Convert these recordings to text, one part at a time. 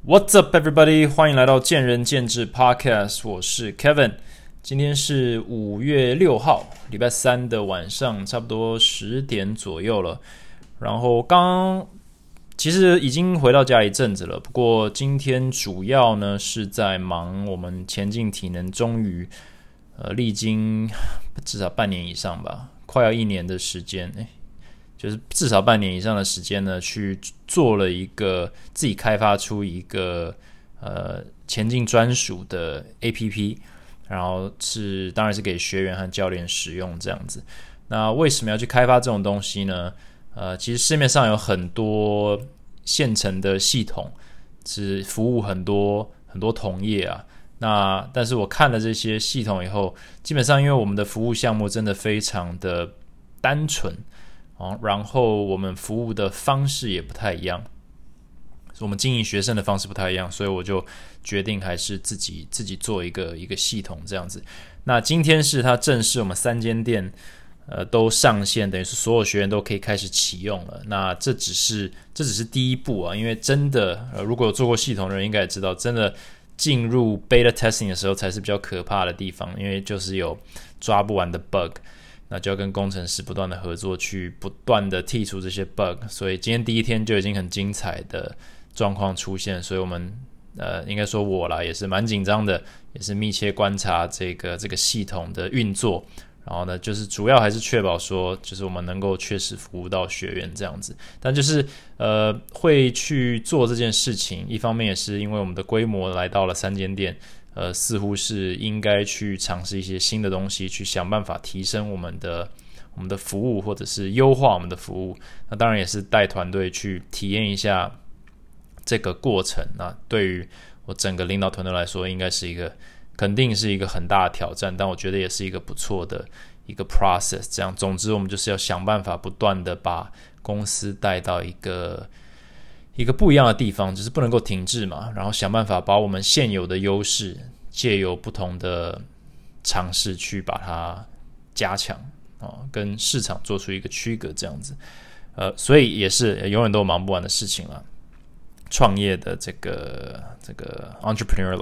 What's up, everybody？ 欢迎来到见仁见智 Podcast， 我是 Kevin。今天是5月6号，礼拜三的晚上，差不多10点左右了。然后其实已经回到家一阵子了，不过今天主要呢是在忙我们前进体能，终于历经至少半年以上吧，快要1年的时间，就是至少半年以上的时间呢，去做了一个自己开发出一个前进专属的 APP， 然后当然是给学员和教练使用这样子。那为什么要去开发这种东西呢？其实市面上有很多现成的系统，是服务很多同业啊。但是我看了这些系统以后，基本上因为我们的服务项目真的非常的单纯。然后我们服务的方式也不太一样，我们经营学生的方式不太一样，所以我就决定还是自己做一个系统这样子。那今天是它正式我们3间店都上线，等于是所有学员都可以开始启用了。那这只是第一步啊，因为真的如果有做过系统的人应该也知道，真的进入 beta testing 的时候才是比较可怕的地方，因为就是有抓不完的 bug。那就要跟工程师不断的合作，去不断的剔除这些 bug， 所以今天第一天就已经很精彩的状况出现，所以我们应该说我啦也是蛮紧张的，也是密切观察这个系统的运作，然后呢就是主要还是确保说就是我们能够确实服务到学员这样子。但就是会去做这件事情，一方面也是因为我们的规模来到了3间店，似乎是应该去尝试一些新的东西，去想办法提升我们的服务，或者是优化我们的服务。那当然也是带团队去体验一下这个过程。那对于我整个领导团队来说，应该是肯定是一个很大的挑战，但我觉得也是一个不错的一个 process。这样，总之我们就是要想办法不断的把公司带到一个不一样的地方，就是不能够停滞嘛，然后想办法把我们现有的优势借由不同的尝试去把它加强，跟市场做出一个区隔这样子。所以也是永远都有忙不完的事情啦，创业的这个 entrepreneur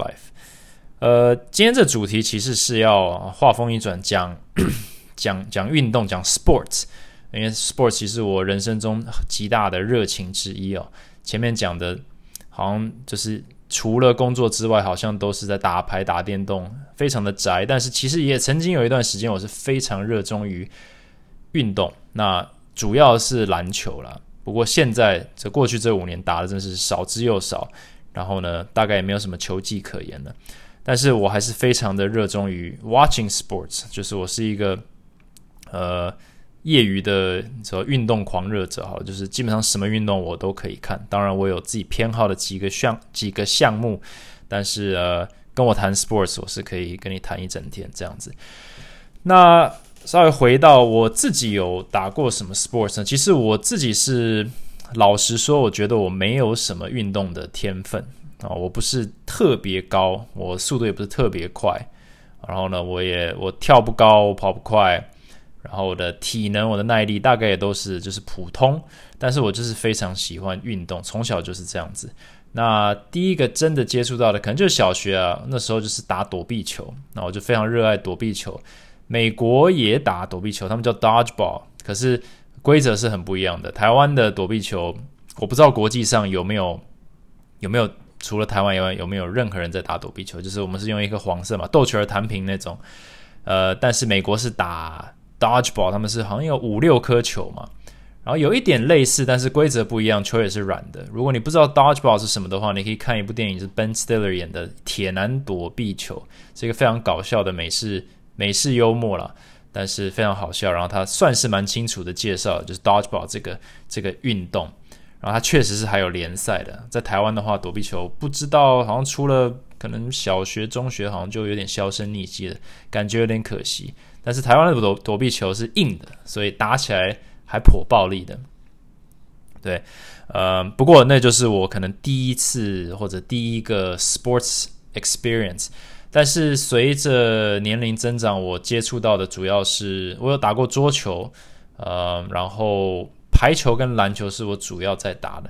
life。今天这主题其实是要话锋一转讲运动，讲 sports， 因为 sports 其实我人生中极大的热情之一哦。前面讲的好像就是除了工作之外，好像都是在打牌打电动，非常的宅。但是其实也曾经有一段时间，我是非常热衷于运动，那主要是篮球啦。不过现在过去这5年打的真是少之又少，然后呢大概也没有什么球技可言了。但是我还是非常的热衷于 watching sports， 就是我是一个业余的运动狂热者，好了，就是基本上什么运动我都可以看。当然我有自己偏好的几个项目，但是跟我谈 sports 我是可以跟你谈一整天这样子。那稍微回到我自己有打过什么 sports 呢？其实我自己是老实说，我觉得我没有什么运动的天分，我不是特别高，我速度也不是特别快，然后呢我跳不高，我跑不快，然后我的体能我的耐力大概也都是就是普通，但是我就是非常喜欢运动，从小就是这样子。那第一个真的接触到的可能就是小学啊，那时候就是打躲避球，那我就非常热爱躲避球。美国也打躲避球，他们叫 dodgeball， 可是规则是很不一样的。台湾的躲避球我不知道国际上有没有除了台湾以外有没有任何人在打躲避球，就是我们是用一个黄色嘛，斗球儿弹平那种。但是美国是打dodgeball， 他们是好像有5-6颗球嘛，然后有一点类似，但是规则不一样，球也是软的。如果你不知道 dodgeball 是什么的话，你可以看一部电影，是 Ben Stiller 演的《铁男躲避球》，是一个非常搞笑的美式幽默啦，但是非常好笑。然后他算是蛮清楚的介绍，就是 dodgeball 这个运动。然后它确实是还有联赛的，在台湾的话，躲避球不知道好像出了可能小学、中学好像就有点销声匿迹了，感觉有点可惜。但是台湾的躲避球是硬的，所以打起来还颇暴力的。对，不过那就是我可能第一次或者第一个 sports experience。但是随着年龄增长，我接触到的主要是我有打过桌球，然后排球跟篮球是我主要在打的。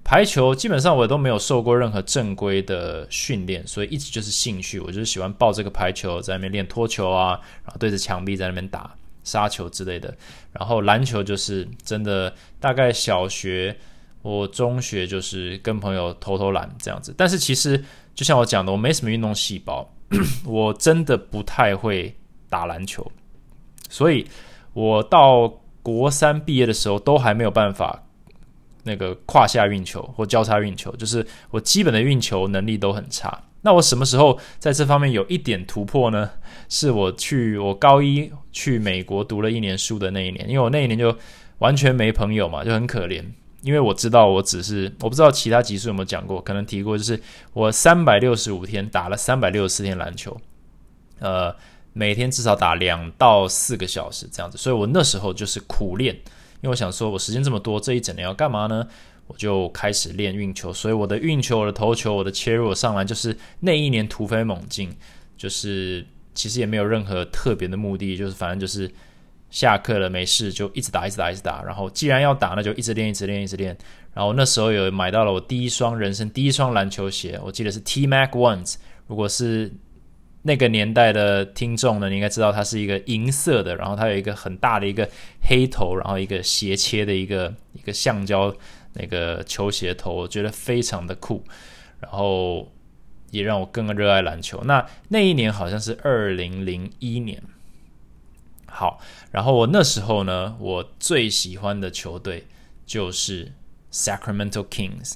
排球基本上我都没有受过任何正规的训练，所以一直就是兴趣，我就是喜欢抱这个排球在那边练拖球啊，然后对着墙壁在那边打杀球之类的。然后篮球就是真的大概小学或中学就是跟朋友投篮这样子。但是其实就像我讲的，我没什么运动细胞，我真的不太会打篮球，所以我到国3毕业的时候都还没有办法那个胯下运球或交叉运球，就是我基本的运球能力都很差。那我什么时候在这方面有一点突破呢？是我高一去美国读了1年书的那一年，因为我那一年就完全没朋友嘛，就很可怜。因为我知道我不知道其他集数有没有讲过，可能提过，就是我365天打了364天篮球，每天至少打2到4个小时这样子，所以我那时候就是苦练，因为我想说我时间这么多，这一整年要干嘛呢？我就开始练运球，所以我的运球、我的投球、我的切入、我上篮，就是那一年突飞猛进，就是其实也没有任何特别的目的，就是反正就是下课了没事就一直打，然后既然要打，那就一直练。然后那时候有买到了我人生第一双篮球鞋，我记得是 T-Mac Ones， 如果是那个年代的听众呢，你应该知道它是一个银色的，然后它有一个很大的一个黑头，然后一个斜切的一个橡胶那个球鞋头，我觉得非常的酷，然后也让我更热爱篮球。那一年好像是2001年。好，然后我那时候呢，我最喜欢的球队就是 Sacramento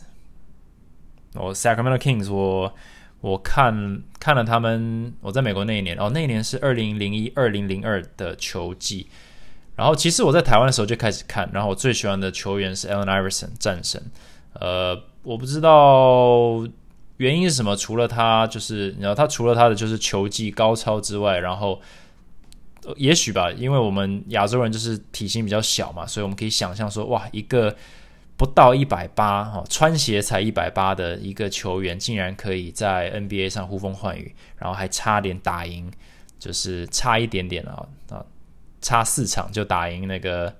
Kings。Sacramento Kings 我看了他们，我在美国那一年，那一年是2001-2002的球季。然后其实我在台湾的时候就开始看，然后我最喜欢的球员是 Allen Iverson 战神。我不知道原因是什么，除了他就是你知道他除了他的就是球技高超之外，然后也许吧，因为我们亚洲人就是体型比较小嘛，所以我们可以想象说，哇，一个不到180，穿鞋才180的一个球员，竟然可以在 NBA 上呼风唤雨，然后还差点打赢，就是差一点点差4场就打赢那个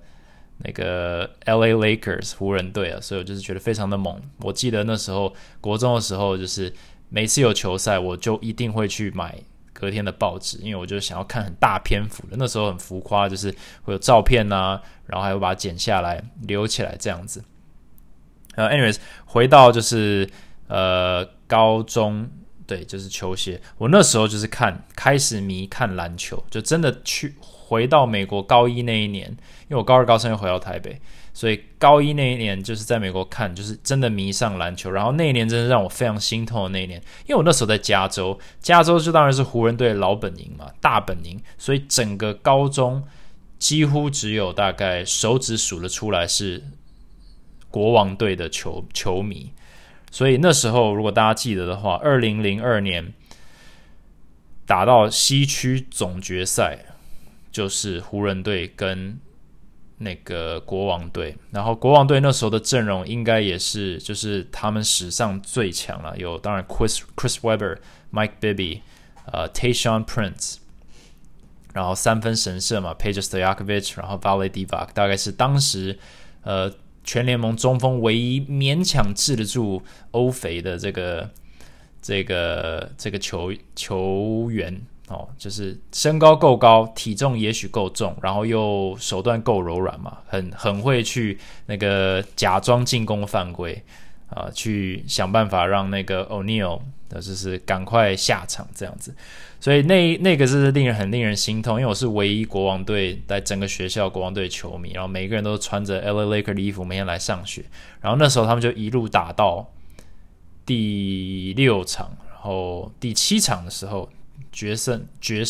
LA Lakers 湖人队所以我就是觉得非常的猛。我记得那时候国中的时候，就是每次有球赛，我就一定会去买隔天的报纸，因为我就想要看很大篇幅的，那时候很浮夸，就是会有照片啊，然后还会把它剪下来留起来这样子。anyways 回到就是高中，对，就是球鞋。我那时候就是开始迷看篮球，就真的回到美国高一那一年，因为我高2、高3又回到台北，所以高一那一年就是在美国看，就是真的迷上篮球。然后那一年真的让我非常心痛的那一年，因为我那时候在加州就当然是湖人队的老本营嘛，大本营，所以整个高中几乎只有大概手指数得出来是国王队的球迷。所以那时候如果大家记得的话，2002年打到西区总决赛，就是湖人队跟那个国王队，然后国王队那时候的阵容应该也是就是他们史上最强了，有当然 Chris Webber、Mike Bibby、Tayshaun Prince， 然后三分神射嘛 Peja Stojakovic， 然后 Vale Divac， 大概是当时全联盟中锋唯一勉强治得住欧肥的这个球员就是身高够高，体重也许够重，然后又手段够柔软嘛，很会去那个假装进攻犯规去想办法让那个 O'Neal 就是赶快下场这样子。所以那个是很令人心痛，因为我是唯一国王队在整个学校国王队球迷，然后每个人都穿着 LA Lakers 的衣服每天来上学，然后那时候他们就一路打到第6场，然后第7场的时候决胜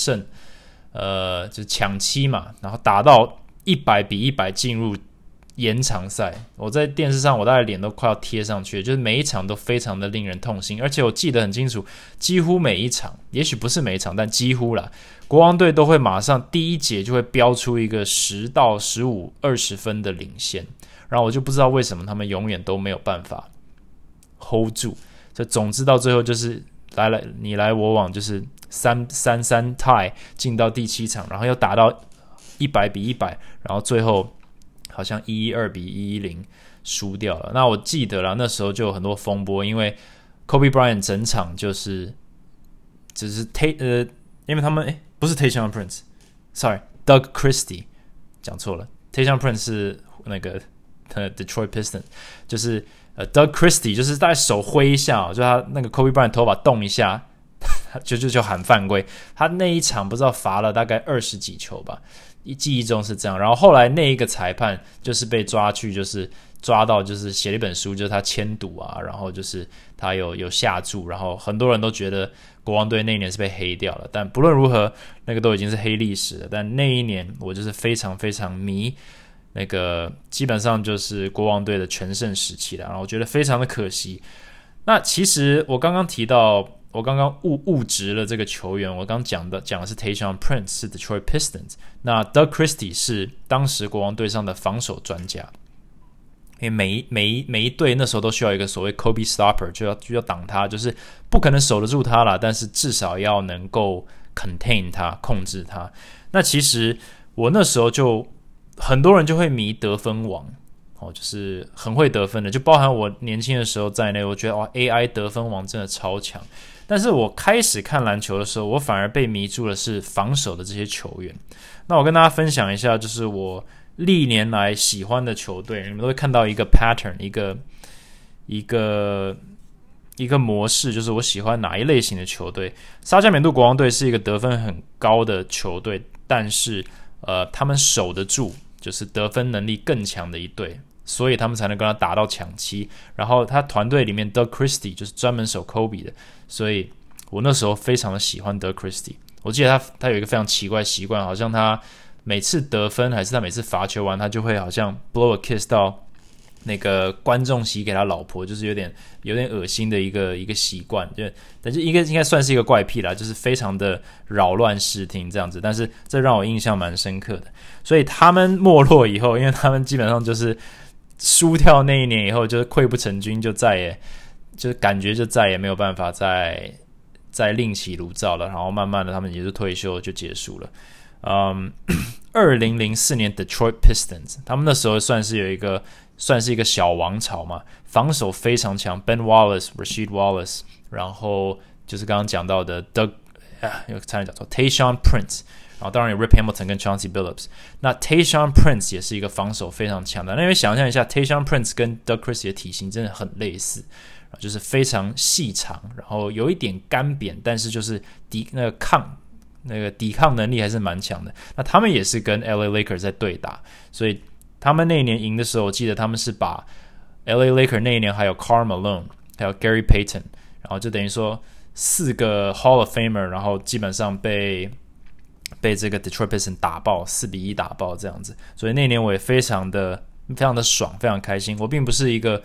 就抢七嘛，然后打到100-100进入延长赛。我在电视上我大概脸都快要贴上去了，就是每一场都非常的令人痛心，而且我记得很清楚，几乎每一场，也许不是每一场，但几乎啦，国王队都会马上第一节就会飙出一个10到15、20分的领先，然后我就不知道为什么他们永远都没有办法 hold 住。所以总之到最后就是你来我往，就是3-3 tie 进到第7场，然后又打到100-100，然后最后好像112-110 输掉了。那我记得啦，那时候就有很多风波，因为 Kobe Bryant 整场只是因为他们不是 Tayshaun Prince，sorry Doug Christie 讲错了 ，Tayshaun Prince 是那个Detroit Pistons， 就是Doug Christie 就是大概手挥一下，就他那个 Kobe Bryant 头发动一下，就喊犯规。他那一场不知道罚了大概20几球吧，记忆中是这样。然后后来那一个裁判就是被抓去，就是抓到就是写了一本书，就是他签赌啊，然后就是他有下注，然后很多人都觉得国王队那一年是被黑掉了，但不论如何，那个都已经是黑历史了。但那一年我就是非常非常迷那个，基本上就是国王队的全盛时期了，然后我觉得非常的可惜。那其实我刚刚提到，我刚刚误植了这个球员，我刚讲的是 Tayshaun Prince 是 Detroit Pistons， 那 Doug Christie 是当时国王队上的防守专家。因为每一队那时候都需要一个所谓 Kobe Stopper， 就要挡他，就是不可能守得住他啦，但是至少要能够 contain 他，控制他。那其实我那时候就很多人就会迷得分王，就是很会得分的，就包含我年轻的时候在内，我觉得AI 得分王真的超强。但是我开始看篮球的时候，我反而被迷住的是防守的这些球员。那我跟大家分享一下，就是我历年来喜欢的球队，你们都会看到一个 pattern， 一个模式，就是我喜欢哪一类型的球队。沙加缅度国王队是一个得分很高的球队，但是他们守得住，就是得分能力更强的一队，所以他们才能跟他打到抢七。然后他团队里面 Doug Christie 就是专门守 Kobe 的，所以我那时候非常的喜欢 Doug Christie。我记得他有一个非常奇怪的习惯，好像他每次得分还是他每次罚球完，他就会好像 blow a kiss 到那个观众席给他老婆，就是有点恶心的一个习惯，但是应该算是一个怪癖啦，就是非常的扰乱视听这样子。但是这让我印象蛮深刻的。所以他们没落以后，因为他们基本上就是输掉那一年以后，就是溃不成军，就是感觉就再也没有办法再另起炉灶了。然后慢慢的他们也是退休就结束了。2004年 Detroit Pistons， 他们那时候算是一个小王朝嘛，防守非常强 ，Ben Wallace、Rasheed Wallace， 然后就是刚刚讲到的 差点讲错 Tayshaun Prince， 然后当然有 Rip Hamilton 跟 Chauncey Billups。那 Tayshaun Prince 也是一个防守非常强的，那因为想象一下 Tayshaun Prince 跟 Doug Christie 的体型真的很类似，就是非常细长，然后有一点干扁，但是就是那个抵抗能力还是蛮强的。那他们也是跟 LA Lakers 在对打，所以他们那一年赢的时候，我记得他们是把 LA Lakers 那一年还有 Karl Malone 还有 Gary Payton， 然后就等于说4个 Hall of Famer， 然后基本上被这个 Detroit Pistons 打爆，4-1打爆这样子。所以那年我也非常的爽，非常开心。我并不是一个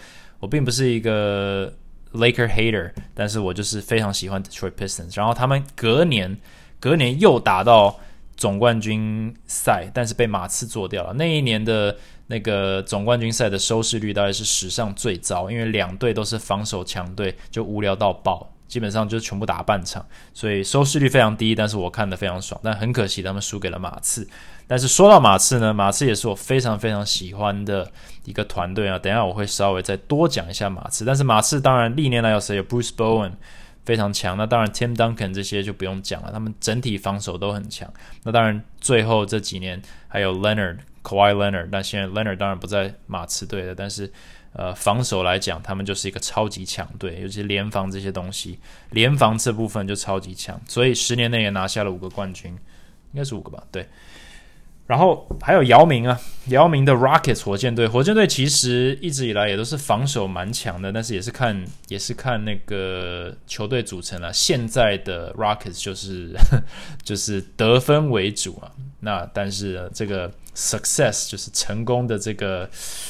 Laker hater， 但是我就是非常喜欢 Detroit Pistons。然后他们隔年又打到总冠军赛，但是被马刺做掉了。那一年的那个总冠军赛的收视率大概是史上最糟，因为两队都是防守强队，就无聊到爆，基本上就全部打半场，所以收视率非常低。但是我看得非常爽，但很可惜他们输给了马刺。但是说到马刺呢，马刺也是我非常非常喜欢的一个团队啊。等一下我会稍微再多讲一下马刺，但是马刺当然历年来有谁？有 Bruce Bowen。非常强，那当然 Tim Duncan 这些就不用讲了，他们整体防守都很强。那当然最后这几年还有 Kawhi Leonard， 但现在 Leonard 当然不在马刺队了，但是防守来讲他们就是一个超级强队，尤其联防这些东西，联防这部分就超级强，所以10年内也拿下了5个冠军，应该是5个吧，对。然后还有姚明的 Rockets 火箭队其实一直以来也都是防守蛮强的，但是也是看那个球队组成啦。现在的 Rockets 就是得分为主啊，那但是这个 success 就是成功的这个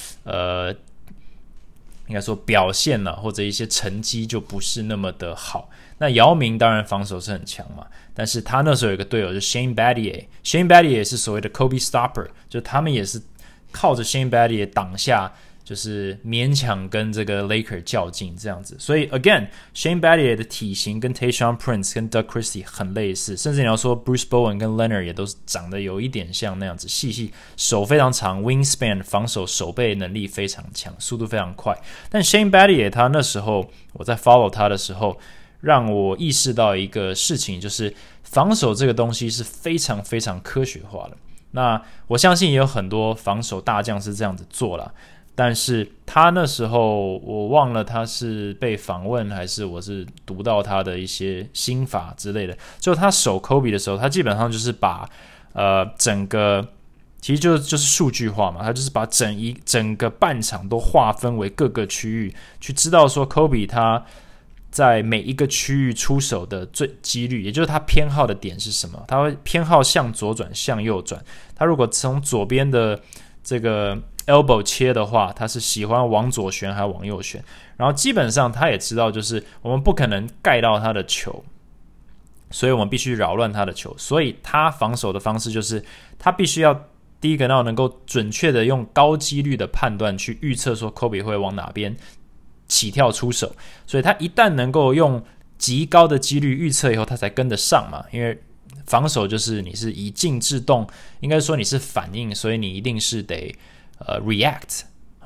应该说表现啦，或者一些成绩就不是那么的好。那姚明当然防守是很强嘛，但是他那时候有一个队友就是 Shane Battier 是所谓的 Kobe Stopper， 就他们也是靠着 Shane Battier 挡下就是勉强跟这个 Laker 较劲这样子。所以 again Shane Battier 的体型跟 Tayshaun Prince 跟 Doug Christie 很类似，甚至你要说 Bruce Bowen 跟 Leonard 也都是长得有一点像那样子，细手非常长 wingspan 防守手背能力非常强，速度非常快。但 Shane Battier 他那时候我在 follow 他的时候，让我意识到一个事情，就是防守这个东西是非常非常科学化的。那我相信也有很多防守大将是这样子做啦，但是他那时候我忘了他是被访问还是我是读到他的一些心法之类的，就他守 Kobe 的时候，他基本上就是把整个其实就是数据化嘛，他就是把整个半场都划分为各个区域，去知道说 Kobe 他在每一个区域出手的最几率，也就是他偏好的点是什么，他会偏好向左转向右转，他如果从左边的这个 elbow 切的话，他是喜欢往左旋还是往右旋，然后基本上他也知道就是我们不可能盖到他的球，所以我们必须扰乱他的球，所以他防守的方式就是他必须要第一个要能够准确的用高几率的判断去预测说 Kobe 会往哪边起跳出手，所以他一旦能够用极高的几率预测以后，他才跟得上嘛，因为防守就是你是以静制动，应该说你是反应，所以你一定是得react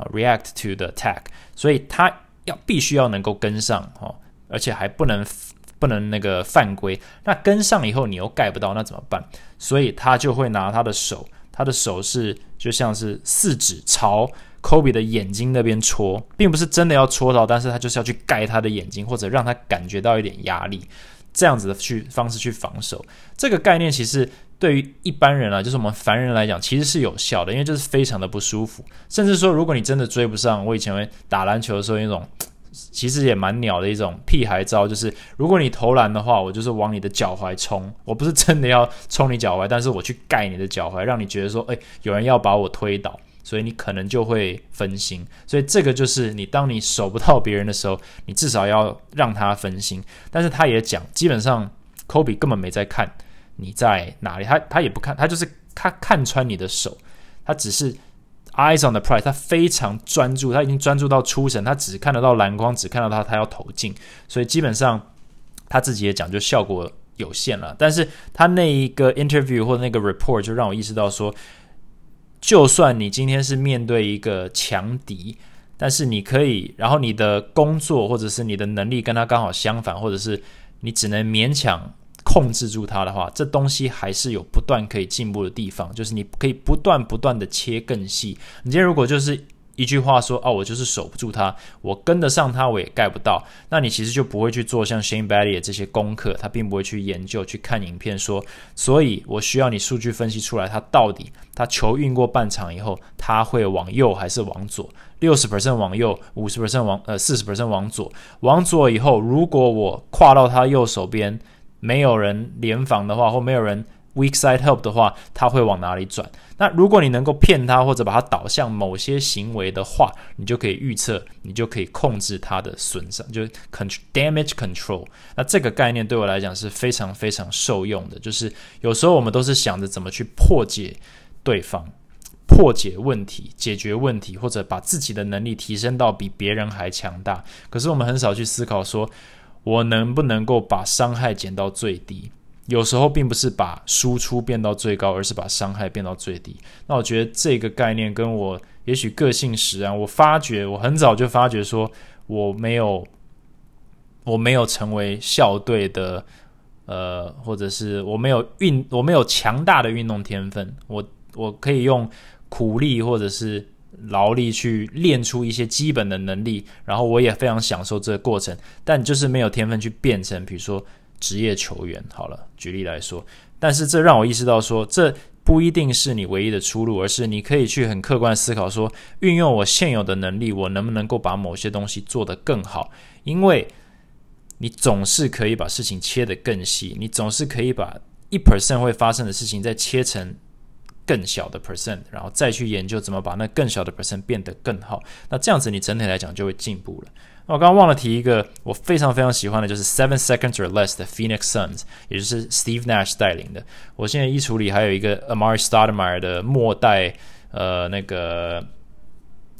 to the attack， 所以他必须要能够跟上，而且还不能那个犯规。那跟上以后你又盖不到，那怎么办？所以他就会拿他的手是就像是四指朝Kobe 的眼睛那边戳，并不是真的要戳到，但是他就是要去盖他的眼睛，或者让他感觉到一点压力，这样子的方式去防守。这个概念其实对于一般人就是我们凡人来讲，其实是有效的，因为就是非常的不舒服。甚至说，如果你真的追不上，我以前会打篮球的时候，那种其实也蛮鸟的一种屁孩招，就是如果你投篮的话，我就是往你的脚踝冲，我不是真的要冲你脚踝，但是我去盖你的脚踝，让你觉得说，有人要把我推倒。所以你可能就会分心，所以这个就是当你守不到别人的时候，你至少要让他分心。但是他也讲，基本上 Kobe 根本没在看你在哪里，他也不看，他就是他看穿你的手，他只是 eyes on the prize， 他非常专注，他已经专注到出神，他只看得到篮筐，只看到他要投进，所以基本上他自己也讲，就效果有限了。但是他那一个 interview 或者那个 report 就让我意识到说，就算你今天是面对一个强敌，但是你可以，然后你的工作或者是你的能力跟他刚好相反，或者是你只能勉强控制住他的话，这东西还是有不断可以进步的地方，就是你可以不断的切更细。你今天如果就是一句话说，我就是守不住他，我跟得上他我也盖不到，那你其实就不会去做像 Shane Battier 这些功课，他并不会去研究去看影片说，所以我需要你数据分析出来他到底他球运过半场以后他会往右还是往左， 60% 往右 50% 往40% 往左，往左以后如果我跨到他右手边没有人联防的话，或没有人weak side help 的话，他会往哪里转？那如果你能够骗他或者把他导向某些行为的话，你就可以预测，你就可以控制他的损伤，就是 damage control。那这个概念对我来讲是非常非常受用的，就是有时候我们都是想着怎么去破解对方、破解问题、解决问题，或者把自己的能力提升到比别人还强大。可是我们很少去思考说，我能不能够把伤害减到最低。有时候并不是把输出变到最高，而是把伤害变到最低。那我觉得这个概念跟我也许个性使然，我很早就发觉说我没有成为校队的或者是我没有强大的运动天分，我可以用苦力或者是劳力去练出一些基本的能力，然后我也非常享受这个过程，但就是没有天分去变成比如说职业球员好了，举例来说。但是这让我意识到说，这不一定是你唯一的出路，而是你可以去很客观思考说，运用我现有的能力，我能不能够把某些东西做得更好。因为你总是可以把事情切得更细，你总是可以把 1% 会发生的事情再切成更小的 percent， 然后再去研究怎么把那更小的 percent 变得更好。那这样子你整体来讲就会进步了。我刚刚忘了提一个我非常非常喜欢的，就是 7 Seconds or Less 的 Phoenix Suns， 也就是 Steve Nash 带领的。我现在衣橱里还有一个 Amari Stoudemire 的末代那个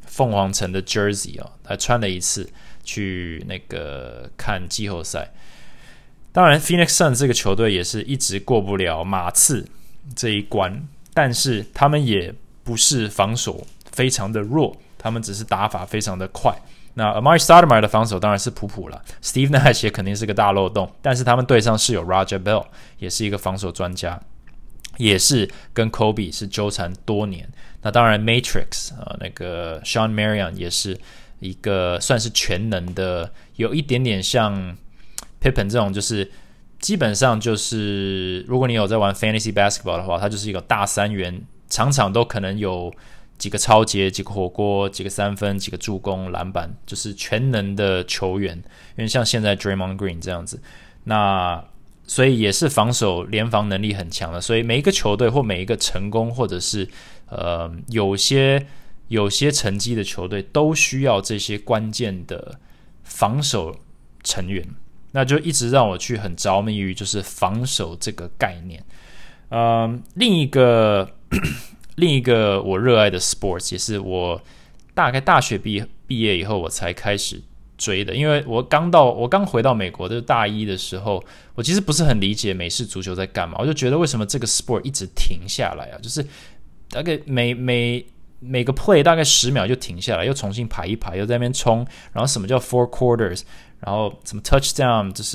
凤凰城的 jersey 还穿了一次去那个看季后赛。当然 Phoenix Suns 这个球队也是一直过不了马刺这一关，但是他们也不是防守非常的弱，他们只是打法非常的快。那 Amari Stoudemire 的防守当然是普普了， Steve Nash 也肯定是个大漏洞，但是他们队上是有 Raja Bell， 也是一个防守专家，也是跟 Kobe 是纠缠多年。那当然 Matrix 那个 Sean Marion 也是一个算是全能的，有一点点像 Pippen 这种，就是基本上就是如果你有在玩 Fantasy Basketball 的话，他就是一个大三元，场场都可能有几个抄截，几个火锅，几个三分，几个助攻，篮板，就是全能的球员，因为像现在 Draymond Green 这样子。那所以也是防守联防能力很强的，所以每一个球队或每一个成功或者是有些成绩的球队都需要这些关键的防守成员，那就一直让我去很着迷于就是防守这个概念。另一个我热爱的 sports 也是我大概大学毕业以后我才开始追的，因为我刚回到美国就是大一的时候，我其实不是很理解美式足球在干嘛，我就觉得为什么这个 sport 一直停下来啊，就是大概每个 play 大概10秒就停下来，又重新排一排，又在那边冲，然后什么叫 four quarters， 然后什么 touchdown 就是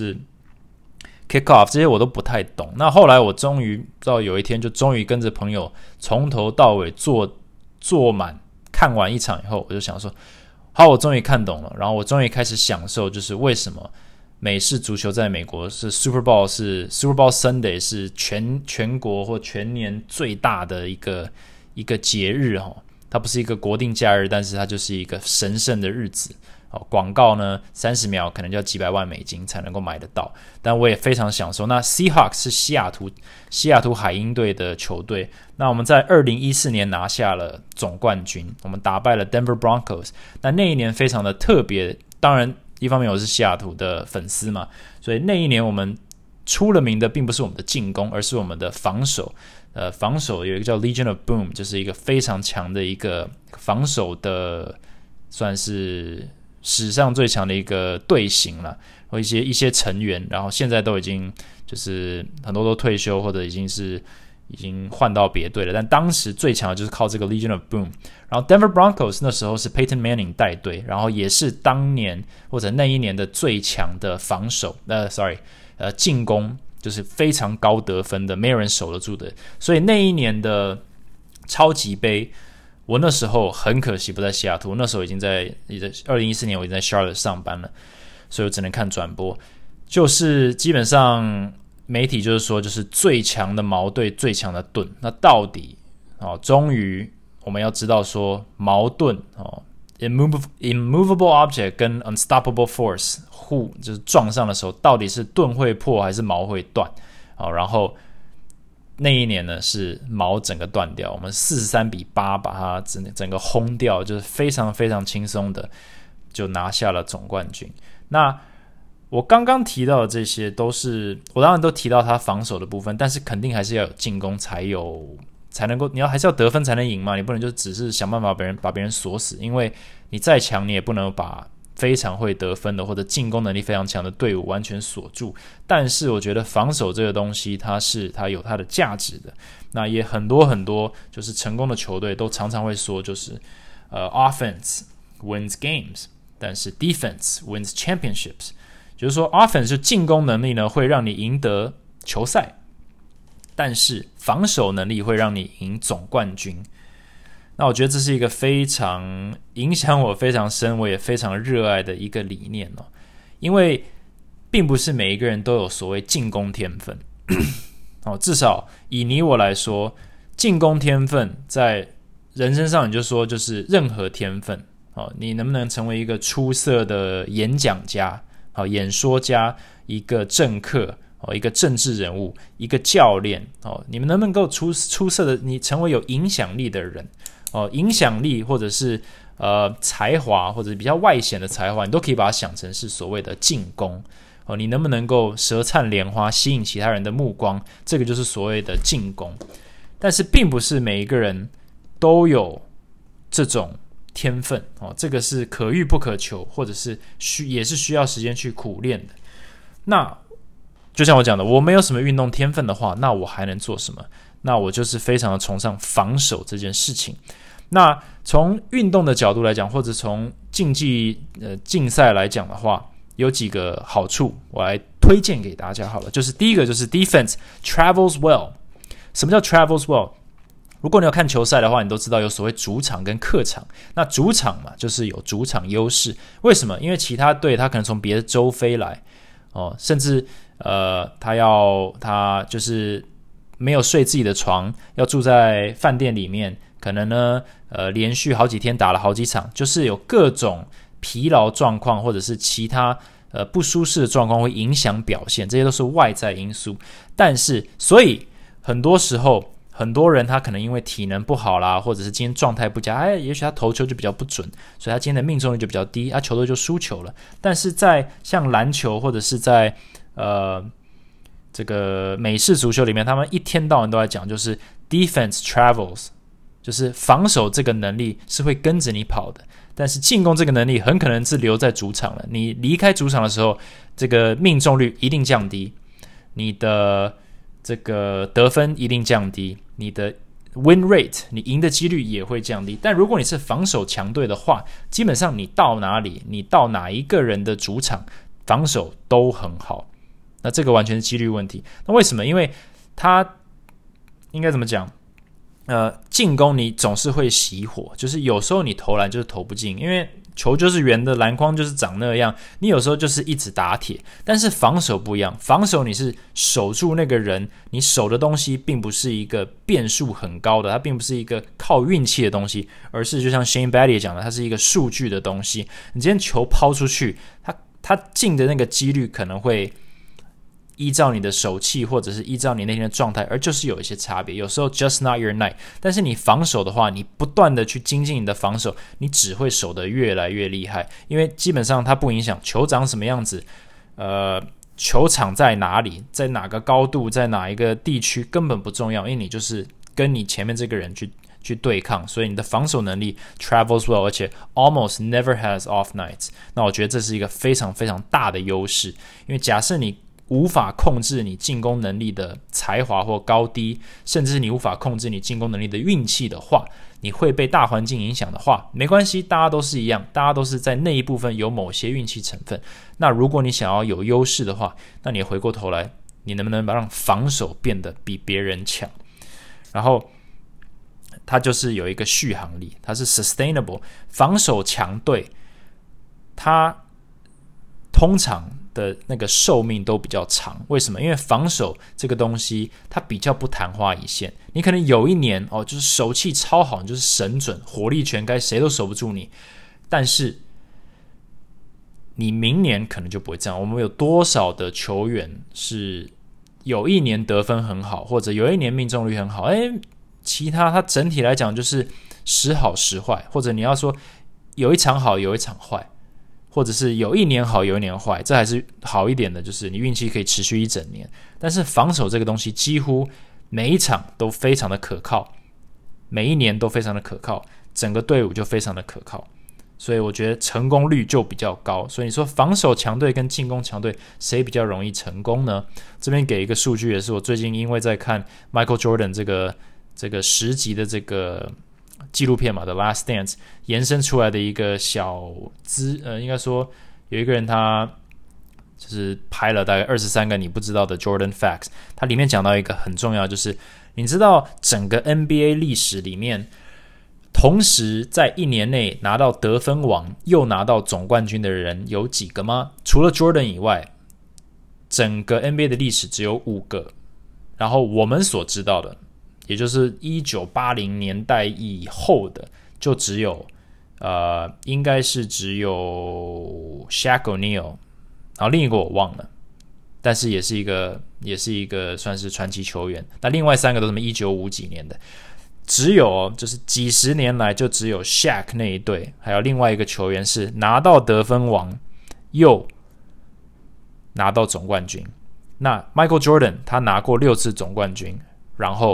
kick off， 这些我都不太懂。那后来我终于到有一天就终于跟着朋友从头到尾坐满看完一场以后，我就想说好，我终于看懂了，然后我终于开始享受就是为什么美式足球在美国是 Super Bowl Sunday 是全国或全年最大的一个节日它不是一个国定假日，但是它就是一个神圣的日子。广告呢30秒可能就要几百万美金才能够买得到，但我也非常享受。那 Seahawks 是西雅图海鹰队的球队，那我们在2014年拿下了总冠军，我们打败了 Denver Broncos。那一年非常的特别，当然一方面我是西雅图的粉丝嘛，所以那一年我们出了名的并不是我们的进攻，而是我们的防守。防守有一个叫 Legion of Boom， 就是一个非常强的一个防守的，算是史上最强的一个队形了，或一些成员，然后现在都已经就是很多都退休或者已经换到别队了，但当时最强的就是靠这个 Legion of Boom。然后 Denver Broncos 那时候是 Peyton Manning 带队，然后也是当年或者那一年的最强的防守进攻，就是非常高得分的，没有人守得住的。所以那一年的超级杯，我那时候很可惜不在西雅图，那时候已经在2014年我已经在 Charlotte 上班了，所以我只能看转播。就是基本上媒体就是说，就是最强的矛对最强的盾。那到底终于我们要知道说矛盾immovable object 跟 unstoppable force 就是撞上的时候，到底是盾会破还是矛会断？然后那一年呢是矛整个断掉，我们43-8把它整个轰掉，就是非常非常轻松的就拿下了总冠军。那我刚刚提到的这些都是我当然都提到他防守的部分，但是肯定还是要有进攻才能够，还是要得分才能赢嘛，你不能就只是想办法把别人锁死，因为你再强你也不能把非常会得分的或者进攻能力非常强的队伍完全锁住。但是我觉得防守这个东西它有它的价值的。那也很多就是成功的球队都常常会说，就是offense wins games， 但是 defense wins championships。就是说 offense 就进攻能力呢会让你赢得球赛，但是防守能力会让你赢总冠军。那我觉得这是一个非常影响我非常深，我也非常热爱的一个理念因为并不是每一个人都有所谓进攻天分至少以你我来说，进攻天分在人身上你就说就是任何天分你能不能成为一个出色的演讲家、演说家、一个政客、一个政治人物、一个教练你们能不能够出色的，你成为有影响力的人影响力或者是才华或者比较外显的才华，你都可以把它想成是所谓的进攻你能不能够舌灿莲花，吸引其他人的目光，这个就是所谓的进攻。但是并不是每一个人都有这种天分这个是可遇不可求，或者是也是需要时间去苦练的。那就像我讲的，我没有什么运动天分的话，那我还能做什么？那我就是非常的崇尚防守这件事情。那从运动的角度来讲，或者从竞赛来讲的话，有几个好处，我来推荐给大家好了。就是第一个就是 defense travels well。什么叫 travels well？ 如果你有看球赛的话，你都知道有所谓主场跟客场。那主场嘛，就是有主场优势。为什么？因为其他队他可能从别的州飞来甚至他就是没有睡自己的床，要住在饭店里面，可能呢连续好几天打了好几场，就是有各种疲劳状况或者是其他不舒适的状况会影响表现，这些都是外在因素。但是所以很多时候很多人他可能因为体能不好啦，或者是今天状态不佳，也许他投球就比较不准，所以他今天的命中率就比较低，球队就输球了。但是在像篮球或者是在这个美式足球里面，他们一天到晚都在讲，就是 defense travels， 就是防守这个能力是会跟着你跑的，但是进攻这个能力很可能是留在主场了。你离开主场的时候，这个命中率一定降低，你的这个得分一定降低，你的 win rate 你赢的几率也会降低。但如果你是防守强队的话，基本上你到哪里，你到哪一个人的主场，防守都很好。那这个完全是几率问题。那为什么？因为他应该怎么讲？进攻你总是会熄火，就是有时候你投篮就是投不进，因为球就是圆的，篮筐就是长那样，你有时候就是一直打铁。但是防守不一样，防守你是守住那个人，你守的东西并不是一个变数很高的，它并不是一个靠运气的东西，而是就像 Shane Battier 讲的，它是一个数据的东西。你今天球抛出去，它进的那个几率可能会依照你的手气或者是依照你那天的状态，而就是有一些差别。有时候 just not your night， 但是你防守的话，你不断的去精进你的防守，你只会守得越来越厉害。因为基本上它不影响球长什么样子，球场在哪里，在哪个高度，在哪一个地区根本不重要，因为你就是跟你前面这个人去对抗，所以你的防守能力 travels well， 而且 almost never has off nights。 那我觉得这是一个非常非常大的优势，因为假设你无法控制你进攻能力的才华或高低，甚至是你无法控制你进攻能力的运气的话，你会被大环境影响的话，没关系，大家都是一样，大家都是在那一部分有某些运气成分。那如果你想要有优势的话，那你回过头来，你能不能让防守变得比别人强？然后它就是有一个续航力，它是 sustainable。 防守强队它通常的那个寿命都比较长。为什么？因为防守这个东西它比较不昙花一现，你可能有一年就是手气超好，你就是神准，火力全开，谁都守不住你，但是你明年可能就不会这样。我们有多少的球员是有一年得分很好，或者有一年命中率很好，其他它整体来讲就是时好时坏，或者你要说有一场好有一场坏，或者是有一年好有一年坏，这还是好一点的，就是你运气可以持续一整年。但是防守这个东西几乎每一场都非常的可靠，每一年都非常的可靠，整个队伍就非常的可靠，所以我觉得成功率就比较高。所以你说防守强队跟进攻强队谁比较容易成功呢？这边给一个数据，也是我最近因为在看 Michael Jordan 这个10集的这个纪录片嘛， The Last Dance 延伸出来的一个小应该说有一个人他就是拍了大概23个你不知道的 Jordan Facts。 他里面讲到一个很重要，就是你知道整个 NBA 历史里面同时在一年内拿到得分王又拿到总冠军的人有几个吗？除了 Jordan 以外，整个 NBA 的历史只有5个。然后我们所知道的，也就是1980年代以后的，就只有应该是只有 Shaq O'Neal， 然后另一个我忘了，但是也是一个算是传奇球员。那另外3个都是1950几年的，只有就是几十年来就只有 Shaq 那一队，还有另外一个球员是拿到得分王又拿到总冠军。那 Michael Jordan 他拿过6次总冠军，然后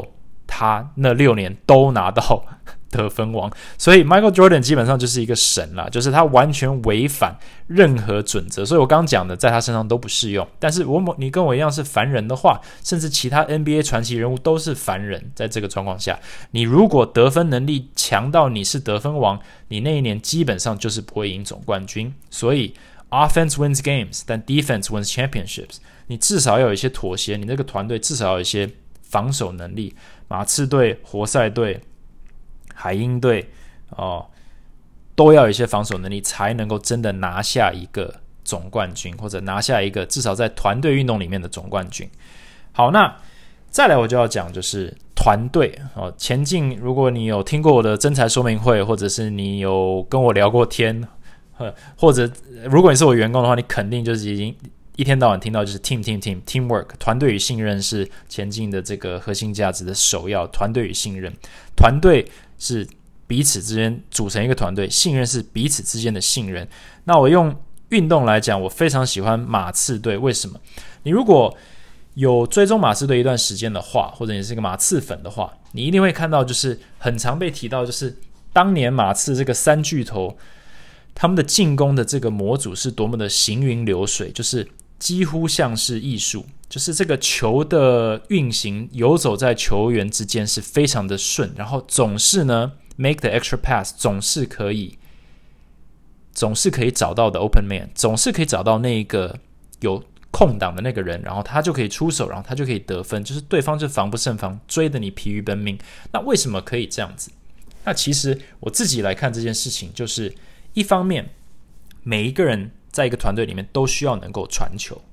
他那6年都拿到得分王，所以 Michael Jordan 基本上就是一个神啦，就是他完全违反任何准则，所以我刚刚讲的在他身上都不适用。但是你跟我一样是凡人的话，甚至其他 NBA 传奇人物都是凡人，在这个状况下，你如果得分能力强到你是得分王，你那一年基本上就是不会赢总冠军。所以 offense wins games， 但 defense wins championships， 你至少要有一些妥协，你这个团队至少要有一些防守能力。马刺队、活塞队、海鹰队都要有一些防守能力，才能够真的拿下一个总冠军，或者拿下一个至少在团队运动里面的总冠军。好，那再来我就要讲就是团队前进。如果你有听过我的真才说明会，或者是你有跟我聊过天，或者如果你是我员工的话，你肯定就是已经一天到晚听到就是 teamwork， 团队与信任是前进的这个核心价值的首要。团队与信任，团队是彼此之间组成一个团队，信任是彼此之间的信任。那我用运动来讲，我非常喜欢马刺队。为什么？你如果有追踪马刺队一段时间的话，或者你是一个马刺粉的话，你一定会看到就是很常被提到，就是当年马刺这个三巨头他们的进攻的这个模组是多么的行云流水，就是几乎像是艺术，就是这个球的运行游走在球员之间是非常的顺，然后总是呢 make the extra pass， 总是可以找到的 open man， 总是可以找到那个有空档的那个人，然后他就可以出手，然后他就可以得分，就是对方就防不胜防，追得你疲于奔命。那为什么可以这样子？那其实我自己来看这件事情，就是一方面每一个人在一个团队里面都需要能够传球，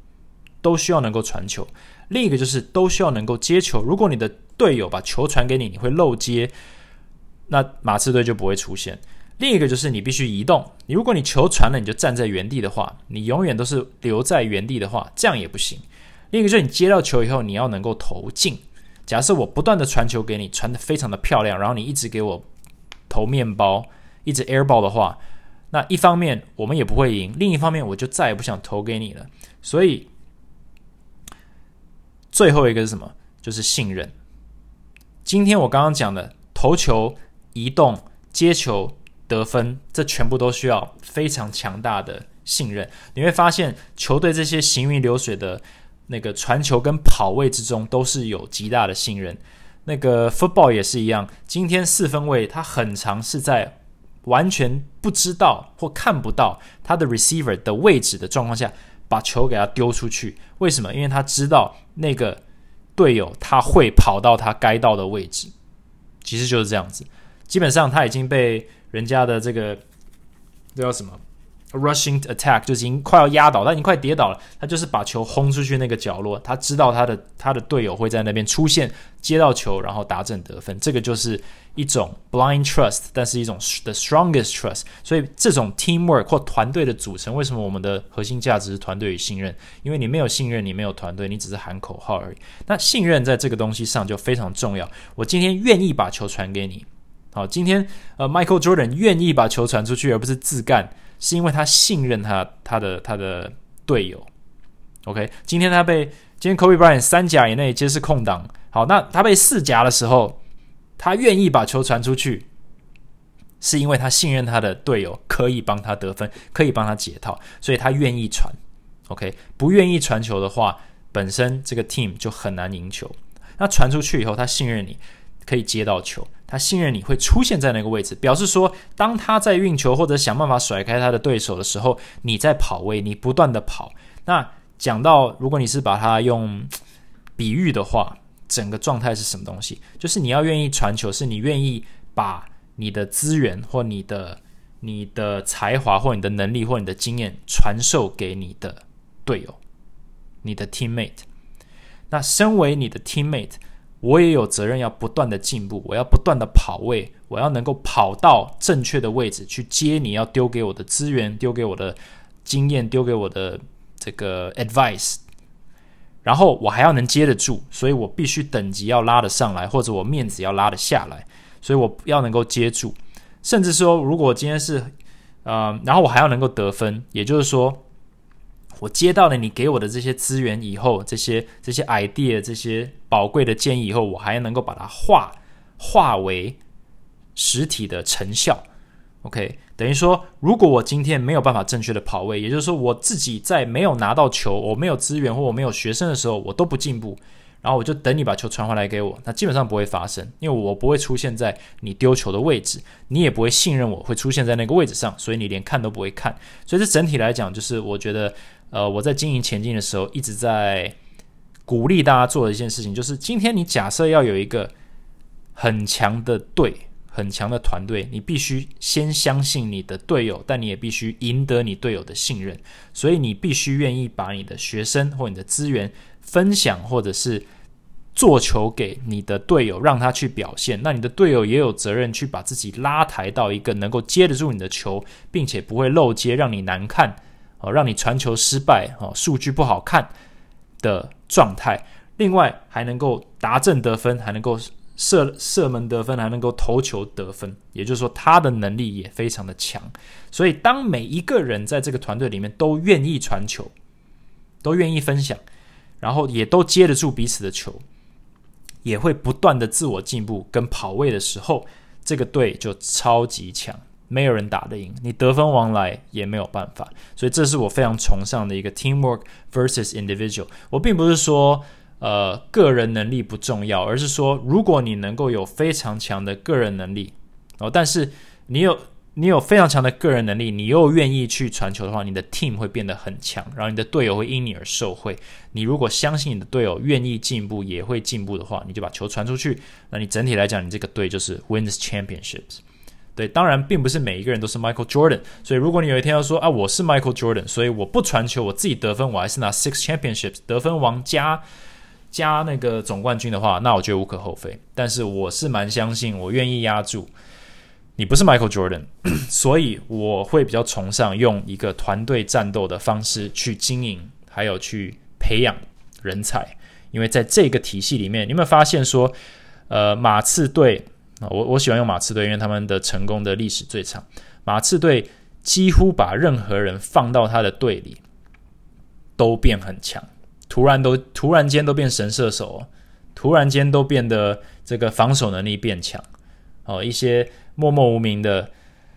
另一个就是都需要能够接球。如果你的队友把球传给你，你会漏接，那马刺队就不会出现。另一个就是你必须移动，如果你球传了你就站在原地的话，你永远都是留在原地的话，这样也不行。另一个就是你接到球以后你要能够投进。假设我不断的传球给你，传得非常的漂亮，然后你一直给我投面包，一直 airball 的话，那一方面我们也不会赢，另一方面我就再也不想投给你了。所以最后一个是什么？就是信任。今天我刚刚讲的投球、移动、接球、得分，这全部都需要非常强大的信任。你会发现球队这些行云流水的那个传球跟跑位之中都是有极大的信任。那个 football 也是一样，今天四分卫他很常是在完全不知道或看不到他的 receiver 的位置的状况下把球给他丢出去。为什么？因为他知道那个队友他会跑到他该到的位置，其实就是这样子。基本上他已经被人家的这叫什么 rushing attack 就已经快要压倒，他已经快跌倒了，他就是把球轰出去那个角落，他知道他的队友会在那边出现，接到球然后达阵得分。这个就是一种 blind trust， 但是一种 the strongest trust。 所以这种 teamwork 或团队的组成，为什么我们的核心价值是团队与信任？因为你没有信任，你没有团队，你只是喊口号而已。那信任在这个东西上就非常重要。我今天愿意把球传给你，好，今天Michael Jordan 愿意把球传出去而不是自干，是因为他信任他的队友。 OK， 今天 Kobe Bryant 3夹以内皆是空档，好，那他被4夹的时候他愿意把球传出去，是因为他信任他的队友可以帮他得分，可以帮他解套，所以他愿意传。 OK， 不愿意传球的话，本身这个 team 就很难赢球。那传出去以后他信任你可以接到球，他信任你会出现在那个位置，表示说当他在运球或者想办法甩开他的对手的时候，你在跑位，你不断的跑。那讲到如果你是把它用比喻的话，整个状态是什么东西？就是你要愿意传球，是你愿意把你的资源或你的才华或你的能力或你的经验传授给你的队友，你的 teammate。 那身为你的 teammate，我也有责任要不断的进步，我要不断的跑位，我要能够跑到正确的位置去接你要丢给我的资源，丢给我的经验，丢给我的这个 advice， 然后我还要能接得住，所以我必须等级要拉得上来，或者我面子要拉得下来，所以我要能够接住。甚至说如果今天是然后我还要能够得分，也就是说我接到了你给我的这些资源以后，这些 idea 这些宝贵的建议以后，我还能够把它化为实体的成效。OK， 等于说如果我今天没有办法正确的跑位，也就是说我自己在没有拿到球，我没有资源或我没有学生的时候，我都不进步，然后我就等你把球传回来给我，那基本上不会发生，因为我不会出现在你丢球的位置，你也不会信任我会出现在那个位置上，所以你连看都不会看。所以这整体来讲，就是我觉得我在经营前进的时候一直在鼓励大家做的一件事情，就是今天你假设要有一个很强的队，很强的团队，你必须先相信你的队友，但你也必须赢得你队友的信任，所以你必须愿意把你的学生或你的资源分享，或者是做球给你的队友，让他去表现。那你的队友也有责任去把自己拉抬到一个能够接得住你的球，并且不会漏接让你难看，让你传球失败，数据不好看的状态。另外还能够达阵得分，还能够射门得分，还能够投球得分，也就是说他的能力也非常的强。所以当每一个人在这个团队里面都愿意传球，都愿意分享，然后也都接得住彼此的球，也会不断的自我进步跟跑位的时候，这个队就超级强，没有人打得赢，你得分王来也没有办法。所以这是我非常崇尚的一个 teamwork versus individual。 我并不是说个人能力不重要，而是说如果你能够有非常强的个人能力，但是你有非常强的个人能力，你又愿意去传球的话，你的 team 会变得很强，然后你的队友会因你而受惠。你如果相信你的队友愿意进步也会进步的话，你就把球传出去，那你整体来讲你这个队就是 wins championships。 对，当然并不是每一个人都是 Michael Jordan， 所以如果你有一天要说我是 Michael Jordan， 所以我不传球，我自己得分，我还是拿 6 championships 得分王加那个总冠军的话，那我觉得无可厚非。但是我是蛮相信，我愿意压住你不是 Michael Jordan， 所以我会比较崇尚用一个团队战斗的方式去经营，还有去培养人才。因为在这个体系里面，你有没有发现说马刺队，我喜欢用马刺队，因为他们的成功的历史最长。马刺队几乎把任何人放到他的队里都变很强，突然间都变神射手，突然间都变得这个防守能力变强。一些默默无名的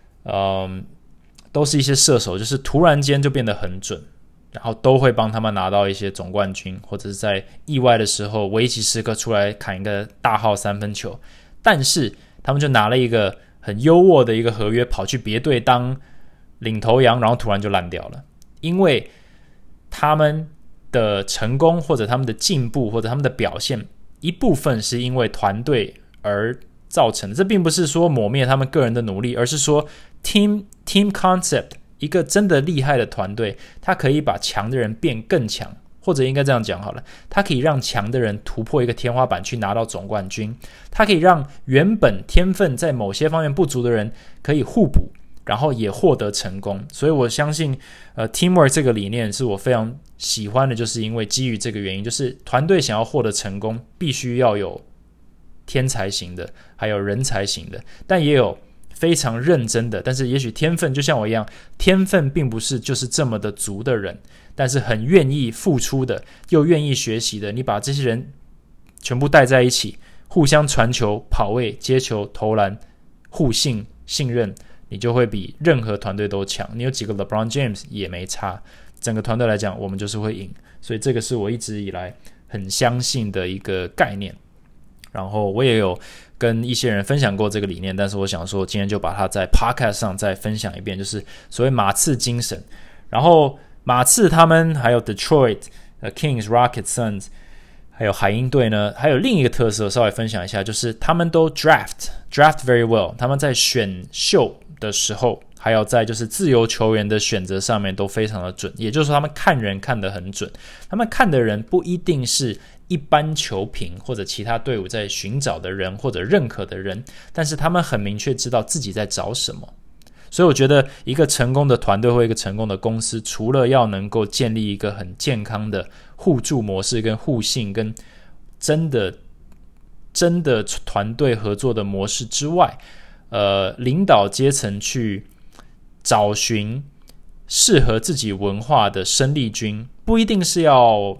都是一些射手，就是突然间就变得很准，然后都会帮他们拿到一些总冠军，或者是在意外的时候危急时刻出来砍一个大号三分球。但是他们就拿了一个很优渥的一个合约，跑去别队当领头羊，然后突然就烂掉了。因为他们的成功或者他们的进步或者他们的表现，一部分是因为团队而造成的。这并不是说抹灭他们个人的努力，而是说 team concept， 一个真的厉害的团队，它可以把强的人变更强，或者应该这样讲好了，它可以让强的人突破一个天花板去拿到总冠军，它可以让原本天分在某些方面不足的人可以互补，然后也获得成功。所以我相信teamwork 这个理念是我非常喜欢的，就是因为基于这个原因，就是团队想要获得成功，必须要有天才型的，还有人才型的，但也有非常认真的，但是也许天分就像我一样，天分并不是就是这么的足的人，但是很愿意付出的，又愿意学习的，你把这些人全部带在一起，互相传球、跑位、接球、投篮，互信任，你就会比任何团队都强。你有几个 LeBron James 也没差，整个团队来讲我们就是会赢。所以这个是我一直以来很相信的一个概念，然后我也有跟一些人分享过这个理念，但是我想说今天就把它在 podcast 上再分享一遍，就是所谓马刺精神。然后马刺他们还有 Detroit、Kings、Rockets、Suns 还有海鹰队呢，还有另一个特色稍微分享一下，就是他们都 draft very well， 他们在选秀的时候，还有在就是自由球员的选择上面都非常的准，也就是说他们看人看得很准，他们看的人不一定是一般球评或者其他队伍在寻找的人或者认可的人，但是他们很明确知道自己在找什么。所以我觉得一个成功的团队或一个成功的公司，除了要能够建立一个很健康的互助模式跟互信跟真的团队合作的模式之外，领导阶层去找寻适合自己文化的生力军，不一定要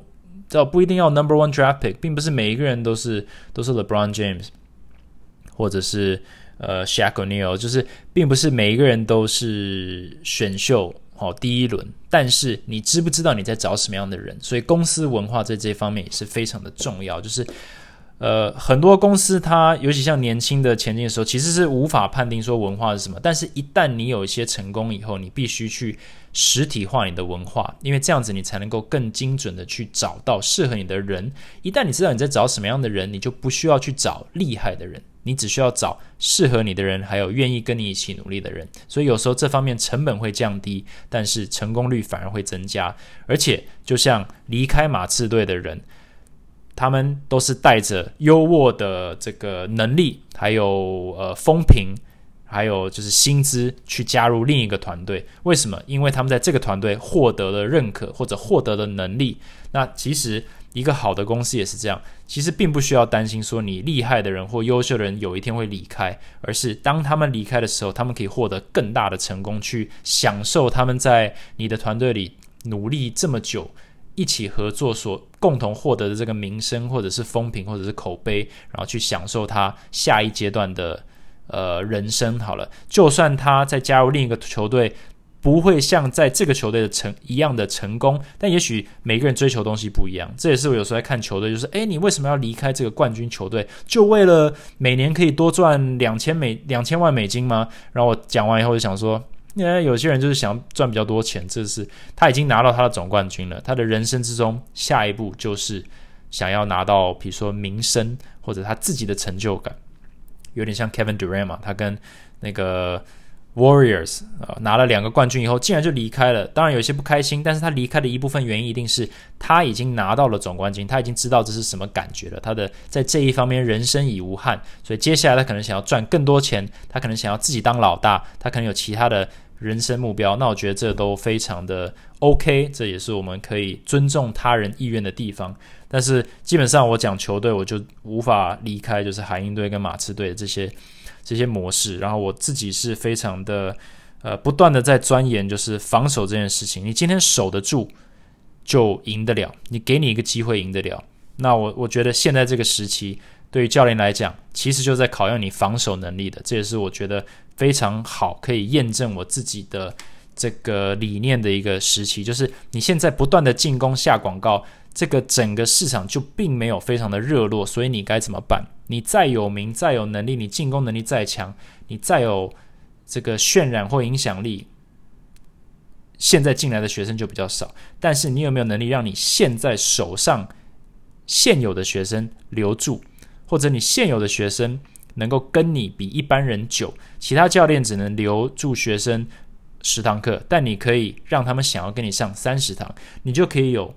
number one draft pick， 并不是每一个人都是 LeBron James 或者是Shaq O'Neal， 就是并不是每一个人都是选秀第一轮，但是你知不知道你在找什么样的人？所以公司文化在这方面也是非常的重要。就是很多公司它尤其像年轻的前进的时候，其实是无法判定说文化是什么。但是一旦你有一些成功以后，你必须去实体化你的文化，因为这样子你才能够更精准的去找到适合你的人。一旦你知道你在找什么样的人，你就不需要去找厉害的人。你只需要找适合你的人，还有愿意跟你一起努力的人。所以有时候这方面成本会降低，但是成功率反而会增加。而且就像离开马刺队的人，他们都是带着优渥的这个能力，还有风评，还有就是薪资去加入另一个团队。为什么？因为他们在这个团队获得了认可，或者获得了能力。那其实一个好的公司也是这样，其实并不需要担心说你厉害的人或优秀的人有一天会离开，而是当他们离开的时候，他们可以获得更大的成功，去享受他们在你的团队里努力这么久，一起合作所共同获得的这个名声，或者是风评，或者是口碑，然后去享受他下一阶段的人生。好了，就算他再加入另一个球队，不会像在这个球队的一样的成功，但也许每个人追求的东西不一样。这也是我有时候在看球队，就是你为什么要离开这个冠军球队？就为了每年可以多赚2000万美金吗？然后我讲完以后就想说，有些人就是想要赚比较多钱，这是他已经拿到他的总冠军了，他的人生之中下一步就是想要拿到比如说名声或者他自己的成就感。有点像 Kevin Durant 嘛，他跟那个Warriors 拿了2个冠军以后竟然就离开了，当然有些不开心，但是他离开的一部分原因一定是他已经拿到了总冠军，他已经知道这是什么感觉了，他的在这一方面人生已无憾，所以接下来他可能想要赚更多钱，他可能想要自己当老大，他可能有其他的人生目标。那我觉得这都非常的 OK， 这也是我们可以尊重他人意愿的地方。但是基本上我讲球队，我就无法离开就是海鹰队跟马刺队的这些模式，然后我自己是非常的不断的在钻研就是防守这件事情。你今天守得住就赢得了，你给你一个机会赢得了。那我觉得现在这个时期对于教练来讲，其实就在考验你防守能力的，这也是我觉得非常好可以验证我自己的这个理念的一个时期。就是你现在不断的进攻下广告，这个整个市场就并没有非常的热络，所以你该怎么办？你再有名再有能力，你进攻能力再强，你再有这个渲染或影响力，现在进来的学生就比较少。但是你有没有能力让你现在手上现有的学生留住，或者你现有的学生能够跟你比一般人久？其他教练只能留住学生10堂课，但你可以让他们想要跟你上30堂，你就可以有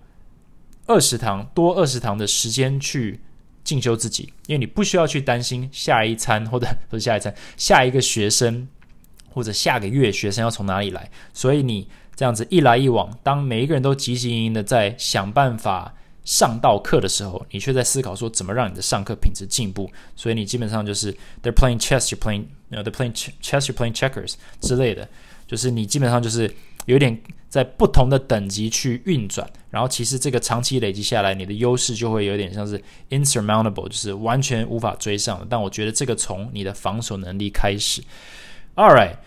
20堂多20堂的时间去进修自己，因为你不需要去担心下一餐或者不是下一餐，下一个学生或者下个月学生要从哪里来。所以你这样子一来一往，当每一个人都汲汲营营的在想办法上到课的时候，你却在思考说怎么让你的上课品质进步。所以你基本上就是 they're playing chess, you're playing chess, you're playing checkers 之类的，就是你基本上就是有点在不同的等级去运转，然后其实这个长期累积下来，你的优势就会有点像是 insurmountable， 就是完全无法追上的。但我觉得这个从你的防守能力开始。Alright，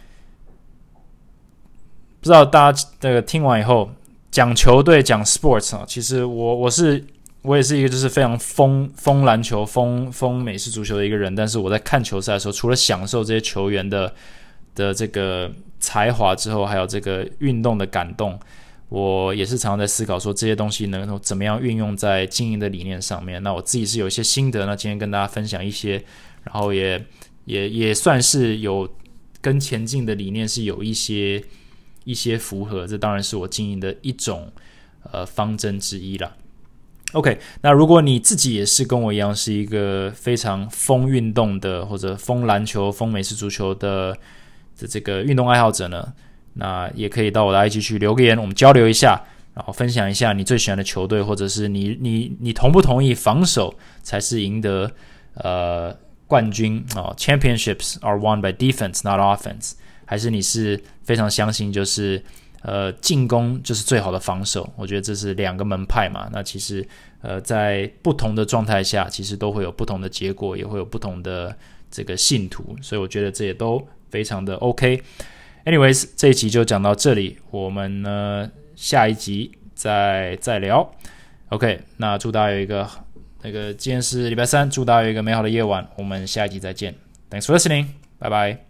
不知道大家这个听完以后，讲球队讲 sports 啊，其实我也是一个就是非常疯篮球、疯美式足球的一个人，但是我在看球赛的时候，除了享受这些球员的这个才华之后，还有这个运动的感动，我也是常常在思考说这些东西能够怎么样运用在经营的理念上面。那我自己是有一些心得，那今天跟大家分享一些，然后也算是有跟前进的理念是有一些符合，这当然是我经营的一种方针之一啦。OK， 那如果你自己也是跟我一样是一个非常疯运动的，或者疯篮球、疯美式足球的这个运动爱好者呢，那也可以到我的 IG 去留个言，我们交流一下，然后分享一下你最喜欢的球队，或者是你同不同意防守才是赢得冠军Championships are won by defense, not offense， 还是你是非常相信就是进攻就是最好的防守。我觉得这是两个门派嘛，那其实在不同的状态下，其实都会有不同的结果，也会有不同的这个信徒，所以我觉得这也都非常的 OK。Anyways， 这一集就讲到这里，我们呢下一集再聊。OK， 那祝大家有一个今天是礼拜三，祝大家有一个美好的夜晚，我们下一集再见。Thanks for listening， 拜拜。